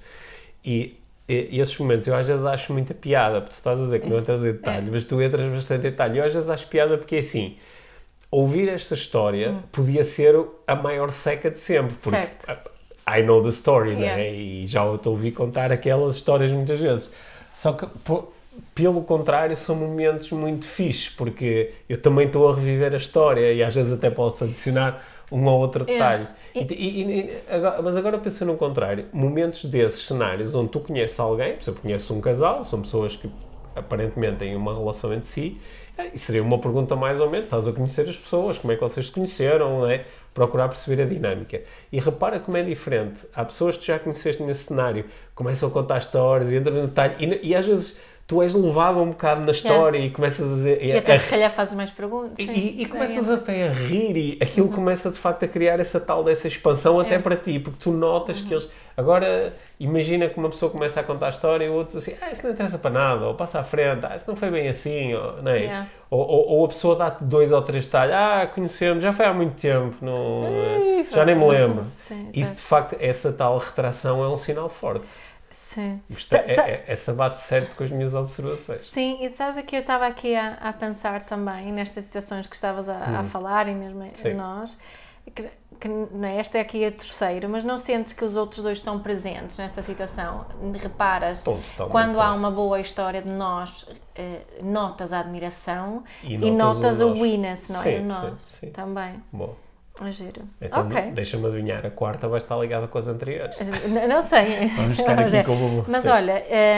E, e, e esses momentos eu às vezes acho muita piada, porque tu estás a dizer que não entras em detalhe, é. mas tu entras bastante em detalhe. Eu às vezes acho piada porque é assim, ouvir esta história uhum. podia ser a maior seca de sempre. Porque, certo. I know the story, yeah. né? E já eu estou a ouvir contar aquelas histórias muitas vezes. Só que, por, pelo contrário, são momentos muito fixes, porque eu também estou a reviver a história e às vezes até posso adicionar um ou outro detalhe. Yeah. E, e, e, agora, mas agora pensa no contrário. Momentos desses cenários onde tu conheces alguém, por exemplo, conheces um casal, são pessoas que aparentemente têm uma relação entre si, e seria uma pergunta mais ou menos, estás a conhecer as pessoas, como é que vocês se conheceram, não é? Procurar perceber a dinâmica. E repara como é diferente. Há pessoas que tu já conheceste nesse cenário, começam a contar histórias e entram no detalhe, e, e às vezes tu és levado um bocado na história yeah. e começas a dizer... E a, até a, se calhar fazes mais perguntas. E, e, e começas é. até a rir e aquilo uhum. começa de facto a criar essa tal dessa expansão é. até para ti, porque tu notas uhum. que eles... Agora, imagina que uma pessoa começa a contar a história e o outro diz assim, ah, isso não interessa para nada, ou passa à frente, ah, isso não foi bem assim, ou, não é? Yeah. Ou, ou, ou a pessoa dá-te dois ou três detalhes, ah, conhecemos, já foi há muito tempo, não, Ei, já nem me lembro. Sim, isso, de facto, essa tal retração é um sinal forte. Sim. Isto é, é, essa bate certo com as minhas observações. Sim, e sabes que eu estava aqui a, a pensar também, nestas situações que estavas a, hum. a falar, e mesmo Sim. nós, que, que não é, esta é aqui a terceira, mas não sentes que os outros dois estão presentes nesta situação? Reparas, Ponto, quando há uma boa história de nós, eh, notas a admiração e notas, e notas o, o witness, não é? O nós sim, sim. também. Bom. É giro. Então, okay. deixa-me adivinhar, a quarta vai estar ligada com as anteriores. Não, não sei. Vamos ficar aqui é. com o... Mas Sim. olha,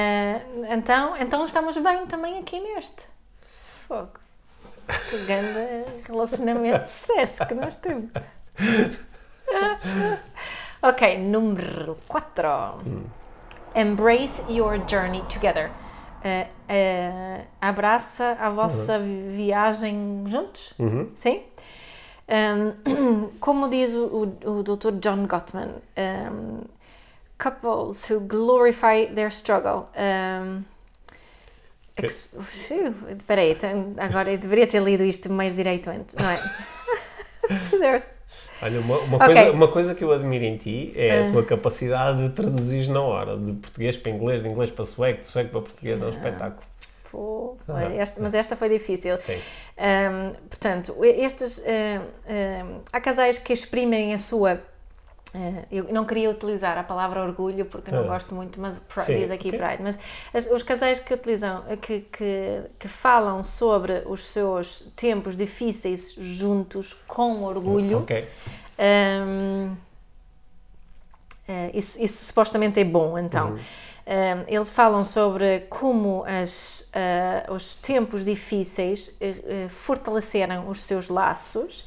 uh, então, então estamos bem também aqui neste. Fogo. Que grande relacionamento de sucesso que nós temos. Ok, número quatro. Hum. Embrace your journey together. Uh, uh, abraça a vossa uhum. viagem juntos? Uhum. Sim? Um, como diz o, o, o doutor John Gottman, um, couples who glorify their struggle. Um, okay. ex- Espera aí, agora eu deveria ter lido isto mais direito antes, não é? Olha, uma, uma, okay. coisa, uma coisa que eu admiro em ti é a tua capacidade de traduzir na hora, de português para inglês, de inglês para sueco, de sueco para português, é um espetáculo. Pô, uhum. esta, mas esta foi difícil. Sim. Um, portanto, estes, uh, uh, há casais que exprimem a sua... Uh, eu não queria utilizar a palavra orgulho porque não uhum. gosto muito, mas Sim, diz aqui okay. pride. Mas as, os casais que utilizam, que, que, que falam sobre os seus tempos difíceis juntos com orgulho, okay. um, uh, isso, isso supostamente é bom, então. Uhum. Um, eles falam sobre como as, uh, os tempos difíceis uh, uh, fortaleceram os seus laços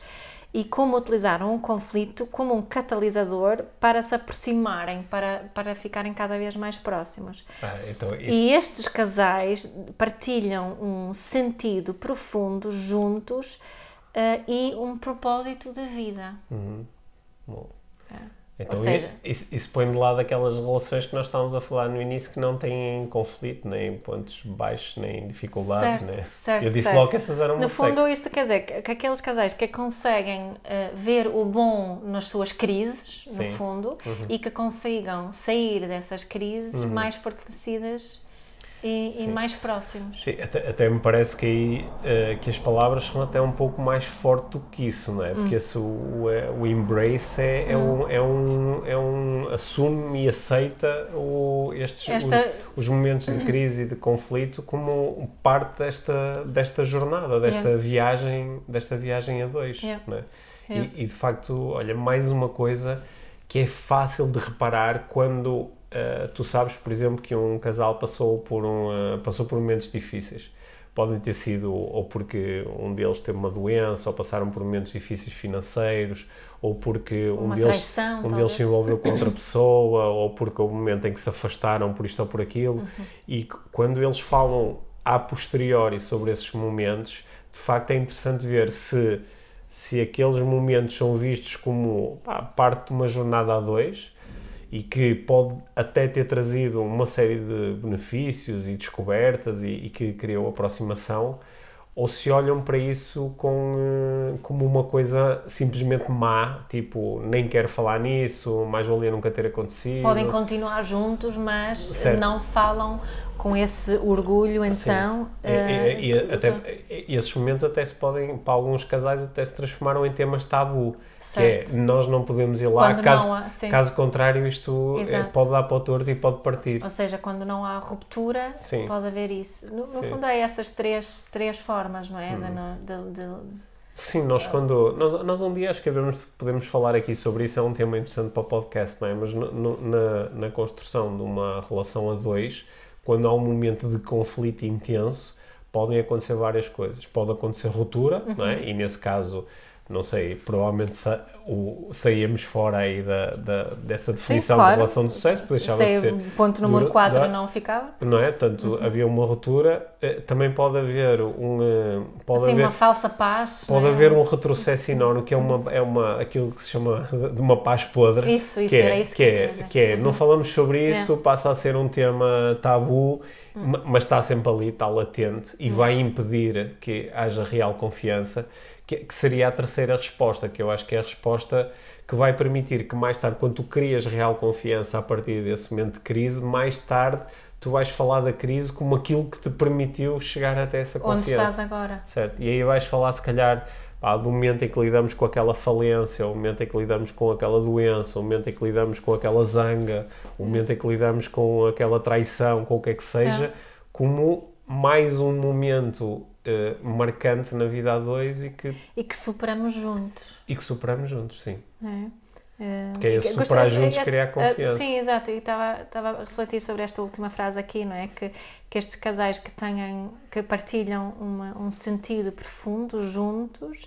e como utilizaram o conflito como um catalisador para se aproximarem, para, para ficarem cada vez mais próximos. Ah, então isso... E estes casais partilham um sentido profundo juntos uh, e um propósito de vida. Uhum. Bom. É. Então, Ou seja, isso, isso põe de lado aquelas relações que nós estávamos a falar no início que não têm conflito, nem pontos baixos, nem dificuldades, certo, né? certo, Eu disse certo. logo que essas eram No muito fundo, secas. isto quer dizer que, que aqueles casais que conseguem uh, ver o bom nas suas crises, Sim. no fundo, Uhum. e que consigam sair dessas crises Uhum. mais fortalecidas e, e mais próximos. Sim, até, até me parece que aí uh, que as palavras são até um pouco mais fortes do que isso, não é? Porque Hum. esse, o, o, o embrace é, é, Hum. um, é, um, é um assume e aceita o, estes, Esta... os, os momentos de crise e de conflito como parte desta, desta jornada, desta Yeah. viagem, desta viagem a dois, Yeah. não é? Yeah. E, e de facto, olha, mais uma coisa que é fácil de reparar quando Uh, tu sabes, por exemplo, que um casal passou por, um, uh, passou por momentos difíceis. Podem ter sido ou porque um deles teve uma doença, ou passaram por momentos difíceis financeiros, ou porque um, Uma deles, traição, um deles se envolveu com outra pessoa, ou porque houve um momento em que se afastaram por isto ou por aquilo. Uhum. E c- quando eles falam a posteriori sobre esses momentos, de facto é interessante ver se, se aqueles momentos são vistos como pá, parte de uma jornada a dois, e que pode até ter trazido uma série de benefícios e descobertas e, e que criou aproximação, ou se olham para isso com, como uma coisa simplesmente má, tipo, nem quero falar nisso, mais valia nunca ter acontecido. Podem continuar juntos, mas Certo. não falam com esse orgulho, então... Sim. E, e, e, uh, até, e esses momentos até se podem, para alguns casais, até se transformaram em temas tabu. Certo. Que é, nós não podemos ir lá, Quando caso, não há- sim. caso contrário isto é, Exato. pode dar para o torto e pode partir. Ou seja, quando não há ruptura, Sim. pode haver isso. No, no Sim. fundo, é essas três, três formas, não é? Hum. De, de, de... Sim, nós quando... Nós, nós um dia acho que devemos, podemos falar aqui sobre isso, é um tema interessante para o podcast, não é? Mas no, no, na, na construção de uma relação a dois, quando há um momento de conflito intenso, podem acontecer várias coisas. Pode acontecer ruptura, Uhum. não é? E nesse caso, não sei, provavelmente sa, o, saímos fora aí da, da, dessa definição Sim, claro. de relação de sucesso, porque deixava Sei, de ser... o ponto número dura- quatro dura- não ficava. Não é? Portanto, Uhum. havia uma ruptura, eh, também pode haver um... eh, Pode Assim, haver, uma falsa paz. Pode não é? haver um retrocesso enorme, que é, uma, é uma, aquilo que se chama de uma paz podre. Isso, isso, que é, era isso que, que eu é, queria dizer. que é, não falamos sobre isso, É. passa a ser um tema tabu, Hum. ma- mas está sempre ali, está latente, e vai impedir que haja real confiança, que, que seria a terceira resposta, que eu acho que é a resposta que vai permitir que mais tarde, quando tu crias real confiança a partir desse momento de crise, mais tarde tu vais falar da crise como aquilo que te permitiu chegar até essa Onde confiança. estás agora? Certo, e aí vais falar se calhar pá, do momento em que lidamos com aquela falência, o momento em que lidamos com aquela doença, o momento em que lidamos com aquela zanga, o momento em que lidamos com aquela traição, com o que é que seja, É. como mais um momento eh, marcante na vida a dois e que, E que superamos juntos. e que superamos juntos, sim. É. É, Porque é esse gostei- superar juntos, este- criar confiança. uh, Sim, exato. E estava, estava a refletir sobre esta última frase aqui, não é? Que, que estes casais que tenham, que partilham uma, um sentido profundo juntos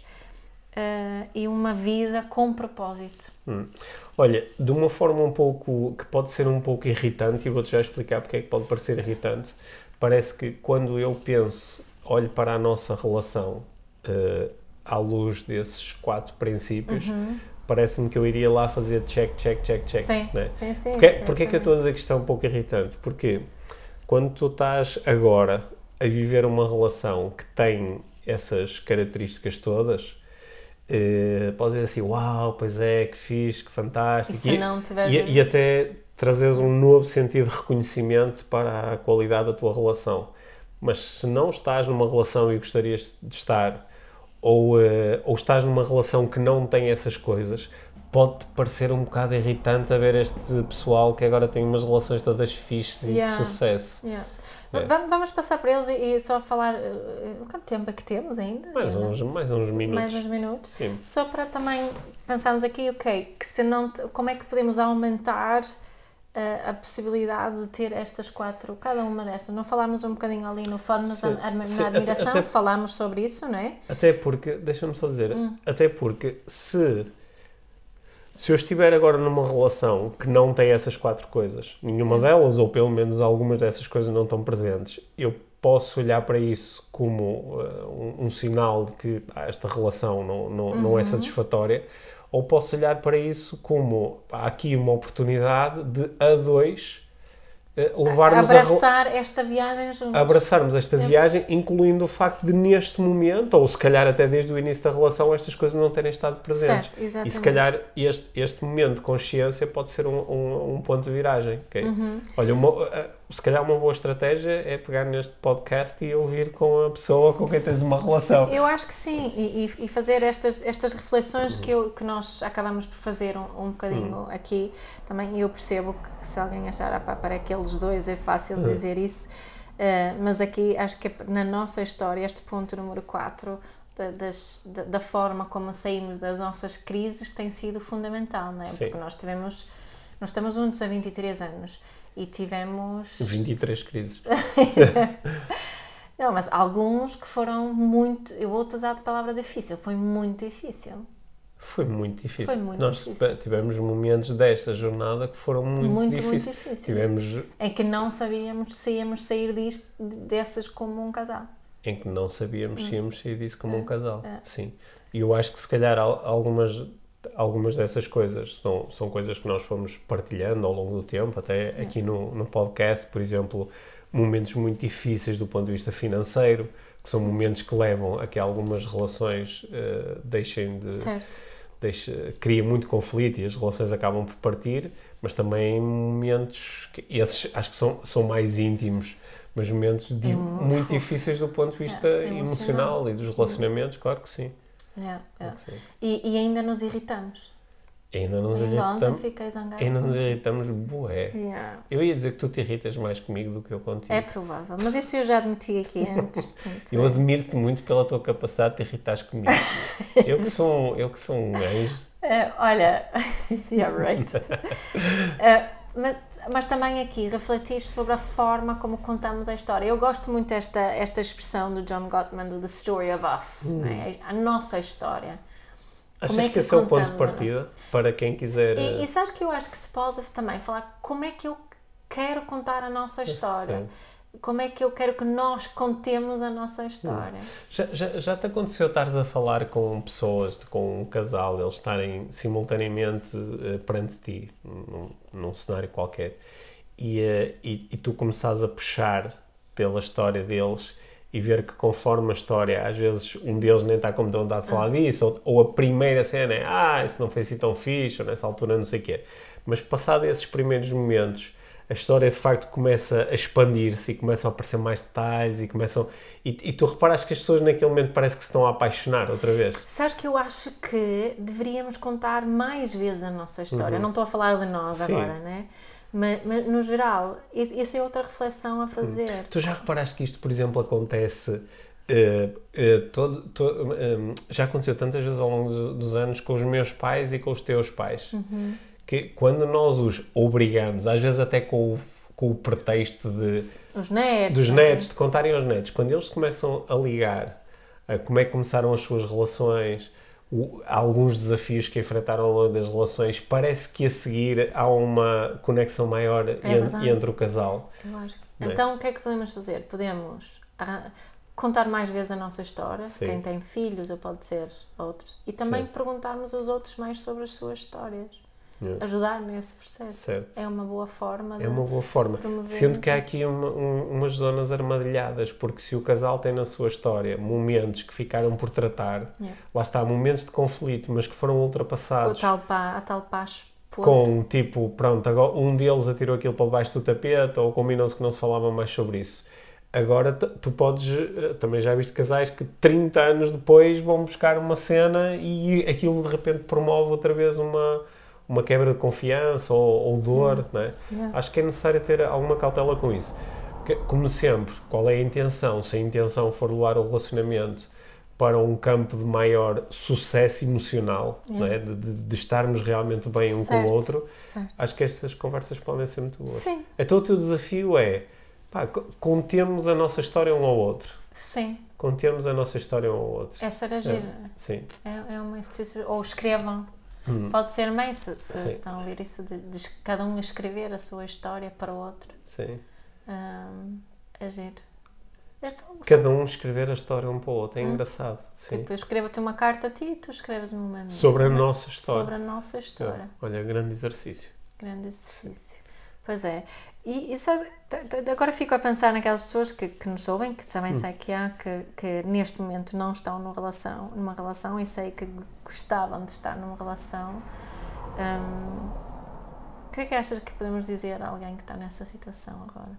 uh, e uma vida com propósito. Hum. Olha, de uma forma um pouco, que pode ser um pouco irritante, e vou-te já explicar porque é que pode parecer irritante, parece que quando eu penso, olho para a nossa relação uh, à luz desses quatro princípios, Uhum. parece-me que eu iria lá fazer check, check, check, check. Sim, Não é? sim, sim. Porquê, sim, porquê que eu também. estou a dizer que isto é um pouco irritante? Porque quando tu estás agora a viver uma relação que tem essas características todas, eh, podes dizer assim, uau, pois é, que fixe, que fantástico. E se não tiveres- e, e até trazeres um novo sentido de reconhecimento para a qualidade da tua relação. Mas se não estás numa relação e gostarias de estar, ou, eh, ou estás numa relação que não tem essas coisas, pode-te parecer um bocado irritante a ver este pessoal que agora tem umas relações todas fixes e Yeah. de sucesso. Yeah. É. Vamos, vamos passar para eles e, e só falar. Uh, quanto tempo é que temos ainda? Mais Ainda? uns, mais uns minutos. Mais uns minutos. Sim. Só para também pensarmos aqui, ok, que se não, te- como é que podemos aumentar a, a possibilidade de ter estas quatro, cada uma destas. Não falámos um bocadinho ali no fónus na admiração, até, até, falámos sobre isso, não é? Até porque, deixa-me só dizer, hum. até porque se, se eu estiver agora numa relação que não tem essas quatro coisas, nenhuma hum. delas, ou pelo menos algumas dessas coisas não estão presentes, eu posso olhar para isso como uh, um, um sinal de que ah, esta relação não, não, uhum. não é satisfatória, ou posso olhar para isso como há aqui uma oportunidade de a dois uh, levarmos abraçar a, esta viagem juntos. Abraçarmos esta é. viagem, incluindo o facto de neste momento, ou se calhar até desde o início da relação, estas coisas não terem estado presentes. Certo, exatamente. E se calhar este, este momento de consciência pode ser um, um, um ponto de viragem. Okay? Uhum. Olha, uma, uh, se calhar uma boa estratégia é pegar neste podcast e ouvir com a pessoa com quem tens uma relação. Sim, eu acho que sim, e, e fazer estas, estas reflexões uhum. que, eu, que nós acabamos por fazer um, um bocadinho uhum. aqui, também eu percebo que se alguém achar, ah, pá, para aqueles dois é fácil uhum. dizer isso, uh, mas aqui acho que na nossa história, este ponto número quatro, da, das, da, da forma como saímos das nossas crises tem sido fundamental, não é? Porque nós tivemos, nós estamos juntos há vinte e três anos, e tivemos... vinte e três crises. Não, mas alguns que foram muito... Eu vou usar a palavra difícil. Foi muito difícil. Foi muito difícil. Foi muito Nós difícil. tivemos momentos desta jornada que foram muito, muito difíceis. Muito difícil. Tivemos... Em que não sabíamos se íamos sair disto, dessas como um casal. Em que não sabíamos hum. se íamos sair disso como é. um casal. É. Sim. E eu acho que se calhar algumas... Algumas dessas coisas são, são coisas que nós fomos partilhando ao longo do tempo, até é. aqui no, no podcast, por exemplo, momentos muito difíceis do ponto de vista financeiro, que são momentos que levam a que algumas relações uh, deixem de... Certo. Deixe, cria muito conflito e as relações acabam por partir, mas também momentos, que, esses acho que são, são mais íntimos, mas momentos di, muito difíceis do ponto de vista é, emocional. emocional e dos relacionamentos, claro que sim. É, é. E, e ainda nos irritamos. Ainda nos ainda irritamos. Ontem fiquei zangada. Ainda nos irritamos, bué. Yeah. Eu ia dizer que tu te irritas mais comigo do que eu contigo. É provável, mas isso eu já admiti aqui antes. Portanto, eu é. admiro-te muito pela tua capacidade de te irritares comigo. eu, que sou um, eu que sou um anjo. Uh, olha, you're right. uh, mas, mas também aqui refletir sobre a forma como contamos a história. Eu gosto muito desta esta expressão do John Gottman, do The Story of Us, hum. né? A nossa história. Achas como é que, que esse é o ponto de partida para quem quiser... E, e sabes que eu acho que se pode também falar como é que eu quero contar a nossa história. Sim. Como é que eu quero que nós contemos a nossa história. Hum. Já, já, já te aconteceu estares a falar com pessoas, com um casal, eles estarem simultaneamente uh, perante ti, num, num cenário qualquer, e, uh, e, e tu começares a puxar pela história deles e ver que conforme a história, às vezes um deles nem está com muita vontade de falar ah. disso, ou, ou a primeira cena é ah, isso não foi assim tão fixe, ou nessa altura não sei o quê. Mas passado esses primeiros momentos, a história de facto começa a expandir-se e começam a aparecer mais detalhes e começam... E, e tu reparas que as pessoas naquele momento parece que se estão a apaixonar outra vez. Sabes que eu acho que deveríamos contar mais vezes a nossa história. Uhum. Não estou a falar de nós Sim. agora, né? Mas, mas no geral, isso, isso é outra reflexão a fazer. Uhum. Tu já reparaste que isto, por exemplo, acontece... Uh, uh, todo, todo, um, já aconteceu tantas vezes ao longo dos anos com os meus pais e com os teus pais. Uhum. Que quando nós os obrigamos, às vezes até com o, com o pretexto de, os netos, dos netos, de contarem aos netos, quando eles começam a ligar a como é que começaram as suas relações, o, alguns desafios que enfrentaram ao longo das relações, parece que a seguir há uma conexão maior é entre, entre o casal. Eu acho. Então, é? O que é que podemos fazer? Podemos ah, contar mais vezes a nossa história, Sim. quem tem filhos, ou pode ser outros, e também Sim. perguntarmos aos outros mais sobre as suas histórias. Yeah. Ajudar nesse processo. Certo. É uma boa forma de É uma boa forma. Promover. Sendo que há aqui uma, um, umas zonas armadilhadas, porque se o casal tem na sua história momentos que ficaram por tratar, yeah. lá está, momentos de conflito, mas que foram ultrapassados. O tal pá, a tal paz podre. Com, tipo, pronto, agora um deles atirou aquilo para baixo do tapete, ou combinou-se que não se falava mais sobre isso. Agora, tu podes, também já viste casais que trinta anos depois vão buscar uma cena e aquilo de repente promove outra vez uma... uma quebra de confiança ou, ou dor, yeah. não é? Yeah. Acho que é necessário ter alguma cautela com isso. Porque, como sempre, qual é a intenção? Se a intenção for levar o relacionamento para um campo de maior sucesso emocional, Yeah. não é? de, de, de estarmos realmente bem um Certo, com o outro, certo. acho que estas conversas podem ser muito boas. Sim. Então o teu desafio é, pá, contemos a nossa história um ao outro. Sim. Contemos a nossa história um ao outro. Essa era gira. Sim. É, é uma exercício. Ou escrevam. Hum. Pode ser meio, se, se Sim. estão a ouvir isso, de, de cada um escrever a sua história para o outro. Sim. Um, é giro. É só, Cada um escrever a história um para o outro, é Hum. engraçado. Sim. tipo, eu escrevo-te uma carta a ti e tu escreves-me uma a mim. Sobre a Não é? nossa história. Sobre a nossa história. É. Olha, grande exercício. Grande exercício. Pois é. E, e sabes, t- t- agora fico a pensar naquelas pessoas que, que nos ouvem, que também Hum. sei que há, que, que neste momento não estão numa relação, numa relação e sei que gostavam de estar numa relação. Hum, o que é que achas que podemos dizer a alguém que está nessa situação agora?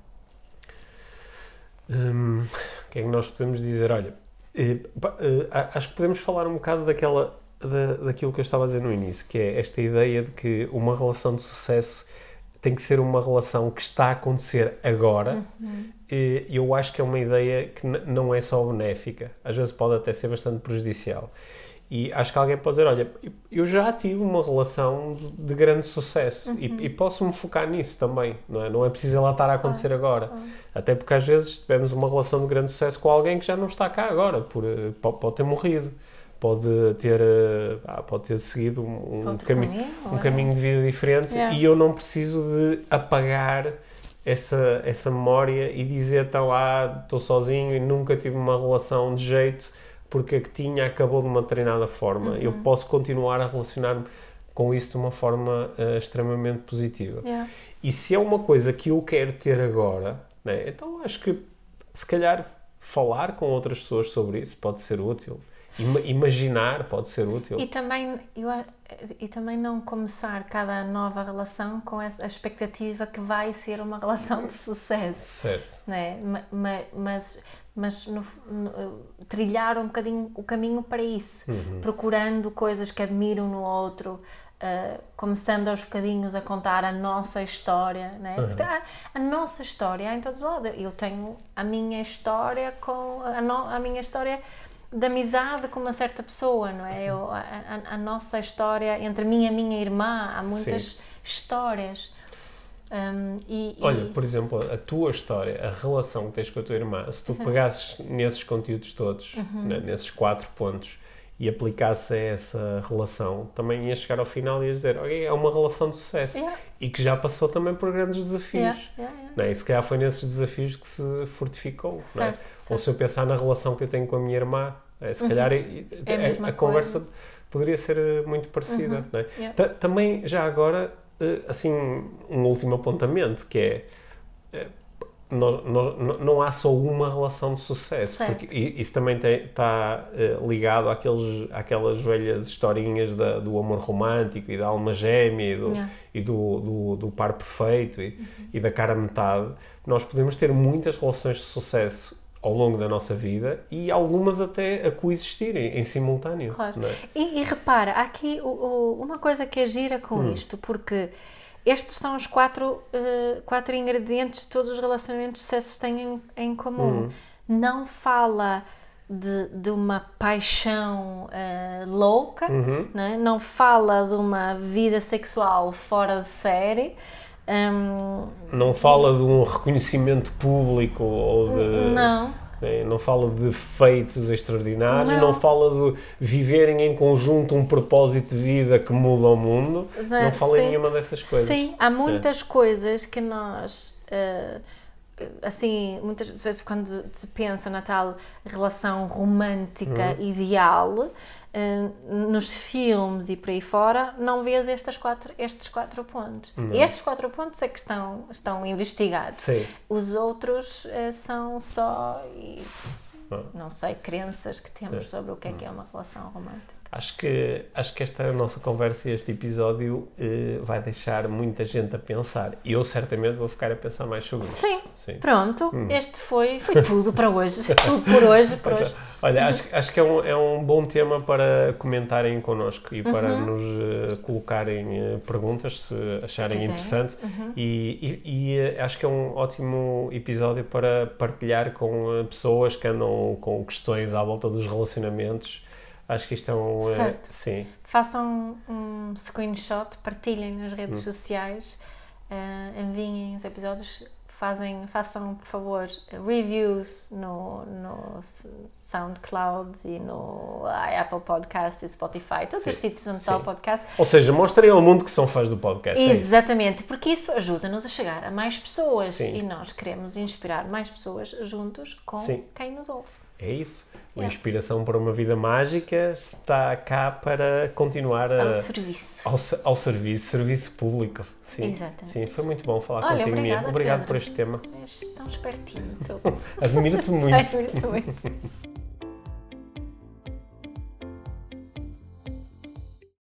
Hum, o que é que nós podemos dizer? Olha, eh, pá, eh, acho que podemos falar um bocado daquela, da, daquilo que eu estava a dizer no início, que é esta ideia de que uma relação de sucesso tem que ser uma relação que está a acontecer agora. Uhum. E eu acho que é uma ideia que n- não é só benéfica, às vezes pode até ser bastante prejudicial. E acho que alguém pode dizer, olha, eu já tive uma relação de, de grande sucesso Uhum. e, e posso-me focar nisso também, não é? Não é preciso ela estar a acontecer agora. Até porque às vezes tivemos uma relação de grande sucesso com alguém que já não está cá agora, por, eh, pode, pode ter morrido, pode ter, eh, ah, pode ter seguido um, um, Outro cami- caminho, um ou é? caminho de vida diferente. Yeah. E eu não preciso de apagar essa, essa memória e dizer, então, ah, estou sozinho e nunca tive uma relação de jeito porque a que tinha acabou de uma determinada forma. Uhum. Eu posso continuar a relacionar-me com isso de uma forma uh, extremamente positiva. Yeah. E se é uma coisa que eu quero ter agora, né, então acho que se calhar falar com outras pessoas sobre isso pode ser útil. Ima- imaginar pode ser útil. E também, eu, a- e também não começar cada nova relação com essa, a expectativa que vai ser uma relação de sucesso. Certo. Né? Ma- ma- Mas, mas no, no, trilhar um bocadinho o caminho para isso, Uhum. procurando coisas que admiram no outro, uh, começando aos bocadinhos a contar a nossa história, né? Uhum. Porque a, a nossa história há em todos os lados. Eu tenho a minha história com a, no, a minha história de amizade com uma certa pessoa, não é? Eu, a, a, a nossa história entre mim e a minha irmã, há muitas Sim. histórias. Um, e, e- Olha, por exemplo, a tua história, a relação que tens com a tua irmã, se tu pegasses nesses conteúdos todos, Uhum. né, nesses quatro pontos, e aplicasses a essa relação, também ias chegar ao final e ias dizer, ok, é uma relação de sucesso. Yeah. E que já passou também por grandes desafios. Yeah, yeah, yeah. Né? E se calhar foi nesses desafios que se fortificou. Certo, Né? Ou certo. se eu pensar na relação que eu tenho com a minha irmã, é, se calhar e- É a a, mesma a coisa. conversa poderia ser eh, muito parecida. Uhum. Né? Yeah. Ta- Também, já agora, eh, assim, um último apontamento, que é, eh, nós- nós- n- não há só uma relação de sucesso, Certo. porque i- isso também tem- está eh, ligado àqueles, àquelas velhas historinhas da- do amor romântico e da alma gêmea e do, Yeah. e do, do, do par perfeito e, e da cara metade. Nós podemos ter muitas relações de sucesso ao longo da nossa vida e algumas até a coexistirem em simultâneo. Claro. Não é? E, e repara, há aqui o- o- uma coisa que é gira com Hum. isto, porque estes são os quatro, eh, quatro ingredientes que todos os relacionamentos de sucesso têm em, em comum. Hum. Não fala de, de uma paixão eh, louca, Uhum. não é? Não fala de uma vida sexual fora de série. hum, Não fala de um reconhecimento público ou de... não. né, Não fala de feitos extraordinários, não. Não. fala de viverem em conjunto um propósito de vida que muda o mundo, Zé, não fala em sim. nenhuma dessas coisas. Sim, há muitas coisas que nós, eh, assim, muitas vezes quando se pensa na tal relação romântica Uhum. ideal, eh, nos filmes e por aí fora, não vês estes quatro, estes quatro pontos. Estes quatro pontos é que estão, estão investigados. Sim. Os outros eh, são só, e, Ah. não sei, crenças que temos É. sobre o que é que é uma relação romântica. Acho que, acho que esta nossa conversa e este episódio eh, vai deixar muita gente a pensar. E eu certamente vou ficar a pensar mais sobre isso. Sim, Sim. Pronto. Hum. Este foi, foi tudo para hoje. Tudo por hoje. Por hoje. Olha, acho, acho que é um, é um bom tema para comentarem connosco e para uhum. nos uh, colocarem uh, perguntas, se acharem se interessante. Uhum. E, e, e uh, acho que é um ótimo episódio para partilhar com uh, pessoas que andam com questões à volta dos relacionamentos. Acho que isto é um... Certo. Uh, sim. Façam um screenshot, partilhem nas redes hum. sociais, uh, enviem os episódios, fazem, façam, por favor, reviews no, no SoundCloud e no Apple Podcast e Spotify, todos sim. os sítios onde está o podcast. Ou seja, mostrem ao mundo que são fãs do podcast. Exatamente, é porque isso ajuda-nos a chegar a mais pessoas sim. e nós queremos inspirar mais pessoas juntos com sim. quem nos ouve. É isso. A Inspiração para uma Vida Mágica está cá para continuar a, ao serviço. Ao, ao serviço, serviço público. Sim, exatamente. Sim, foi muito bom falar Olha, contigo, obrigada, Mia. Obrigado Pedro. por este tema. És tão espertinho. Admiro-te muito. Admiro-te muito.